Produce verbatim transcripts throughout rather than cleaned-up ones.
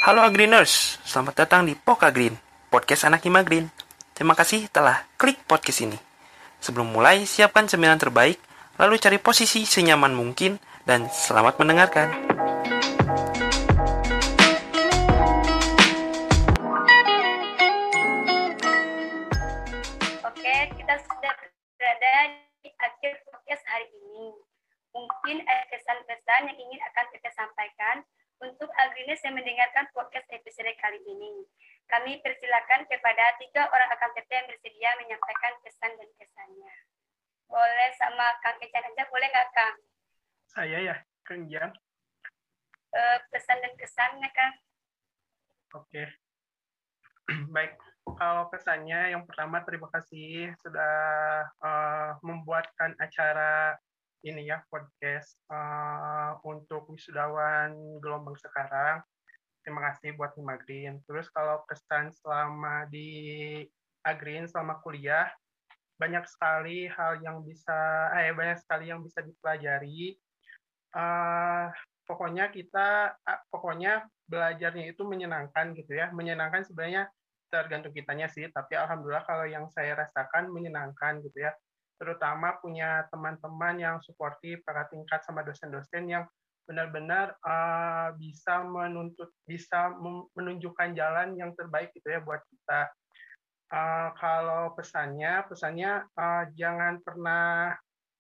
Halo Agriners, selamat datang di Poka Green, podcast anak Hima Green. Terima kasih telah klik podcast ini. Sebelum mulai, siapkan cemilan terbaik, lalu cari posisi senyaman mungkin, dan selamat mendengarkan. Oke, kita sudah berada di akhir podcast hari ini. Mungkin ada kesan-kesan yang ingin akan kita sampaikan untuk Agriners yang mendengarkan podcast episode kali ini. Kami persilakan kepada tiga orang akan T T yang bersedia menyampaikan kesan dan kesannya. Boleh sama Kang Ejan aja, boleh nggak Kang? Saya ya, Kang Jan. Uh, pesan dan kesannya Kang. Oke. Baik, kalau kesannya yang pertama terima kasih sudah uh, membuatkan acara ini ya, podcast uh, untuk wisudawan gelombang sekarang. Terima kasih buat Hima Green. Terus kalau kesan selama di Agrin selama kuliah, banyak sekali hal yang bisa, eh banyak sekali yang bisa dipelajari. Uh, pokoknya kita, uh, pokoknya belajarnya itu menyenangkan gitu ya. Menyenangkan sebenarnya tergantung kitanya sih, tapi alhamdulillah kalau yang saya rasakan menyenangkan gitu ya. Terutama punya teman-teman yang suportif, kakak tingkat sama dosen-dosen yang benar-benar uh, bisa menuntut, bisa menunjukkan jalan yang terbaik gitu ya buat kita. Uh, kalau pesannya, pesannya uh, jangan pernah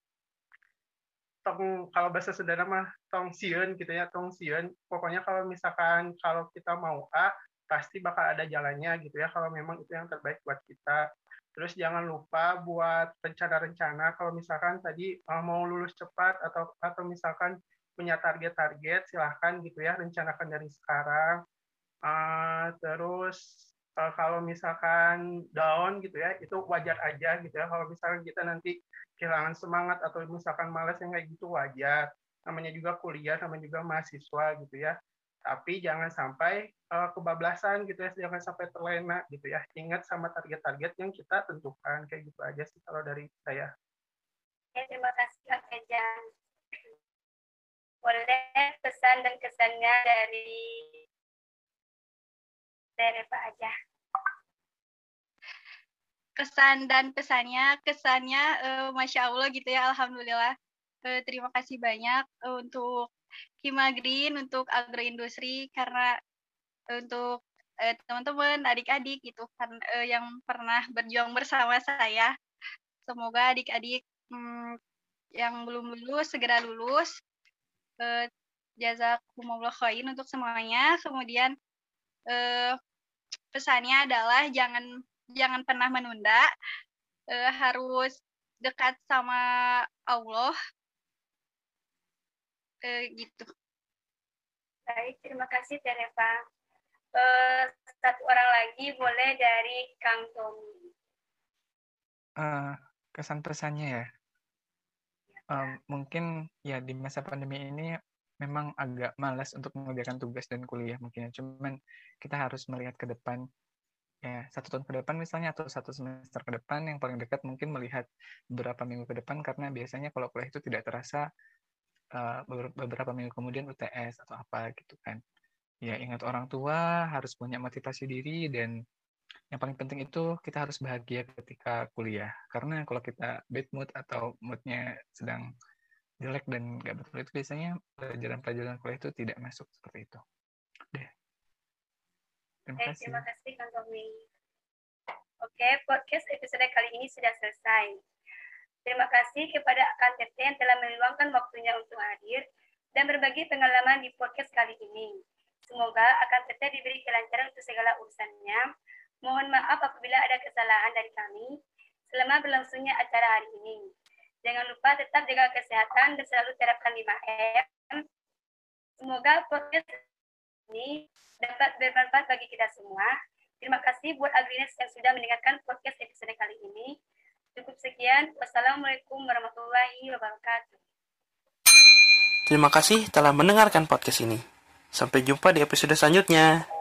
tong, kalau bahasa sederhana mah tong siun gitu ya, tong siun. Pokoknya kalau misalkan kalau kita mau A, pasti bakal ada jalannya gitu ya, kalau memang itu yang terbaik buat kita. Terus jangan lupa buat rencana-rencana, kalau misalkan tadi uh, mau lulus cepat atau atau misalkan punya target-target, silahkan gitu ya, rencanakan dari sekarang. Uh, terus uh, kalau misalkan down gitu ya, itu wajar aja gitu ya, kalau misalkan kita nanti kehilangan semangat atau misalkan malas yang kayak gitu wajar. Namanya juga kuliah, namanya juga mahasiswa gitu ya. Tapi jangan sampai uh, kebablasan gitu ya, jangan sampai terlena gitu ya. Ingat sama target-target yang kita tentukan, kayak gitu aja sih kalau dari saya. Ya, terima kasih Kang Ejan. Boleh pesan dan kesannya dari dari Pak aja. Kesan dan pesannya, kesannya uh, Masya Allah gitu ya, Alhamdulillah. Uh, terima kasih banyak uh, untuk Hima Green, untuk agroindustri, karena uh, untuk uh, teman-teman, adik-adik gitu kan, uh, yang pernah berjuang bersama saya. Semoga adik-adik hmm, yang belum lulus, segera lulus. Uh, Jazakumullah khairan untuk semuanya. Kemudian uh, pesannya adalah jangan jangan pernah menunda, uh, harus dekat sama Allah, uh, gitu. Baik, terima kasih Tereva. Uh, satu orang lagi boleh dari Kang Tommy. Uh, kesan pesannya ya, uh, mungkin ya di masa pandemi ini memang agak malas untuk mengerjakan tugas dan kuliah mungkin, cuman kita harus melihat ke depan. Ya, satu tahun ke depan misalnya atau satu semester ke depan, yang paling dekat mungkin melihat beberapa minggu ke depan, karena biasanya kalau kuliah itu tidak terasa uh, beberapa minggu kemudian U T S atau apa gitu kan. Ya, ingat orang tua, harus punya motivasi diri, dan yang paling penting itu kita harus bahagia ketika kuliah. Karena kalau kita bad mood atau moodnya sedang jelek dan nggak betul, itu biasanya pelajaran-pelajaran kuliah itu tidak masuk seperti itu. Deh. Terima Oke, kasih. terima kasih Kang Tommy. Oke, podcast episode kali ini sudah selesai. Terima kasih kepada Kang Tete yang telah meluangkan waktunya untuk hadir dan berbagi pengalaman di podcast kali ini. Semoga Kang Tete diberi kelancaran untuk segala urusannya. Mohon maaf apabila ada kesalahan dari kami selama berlangsungnya acara hari ini. Jangan lupa tetap jaga kesehatan dan selalu terapkan lima M. Semoga podcast ini dapat bermanfaat bagi kita semua. Terima kasih buat Agriners yang sudah mendengarkan podcast episode kali ini. Cukup sekian. Wassalamualaikum warahmatullahi wabarakatuh. Terima kasih telah mendengarkan podcast ini. Sampai jumpa di episode selanjutnya.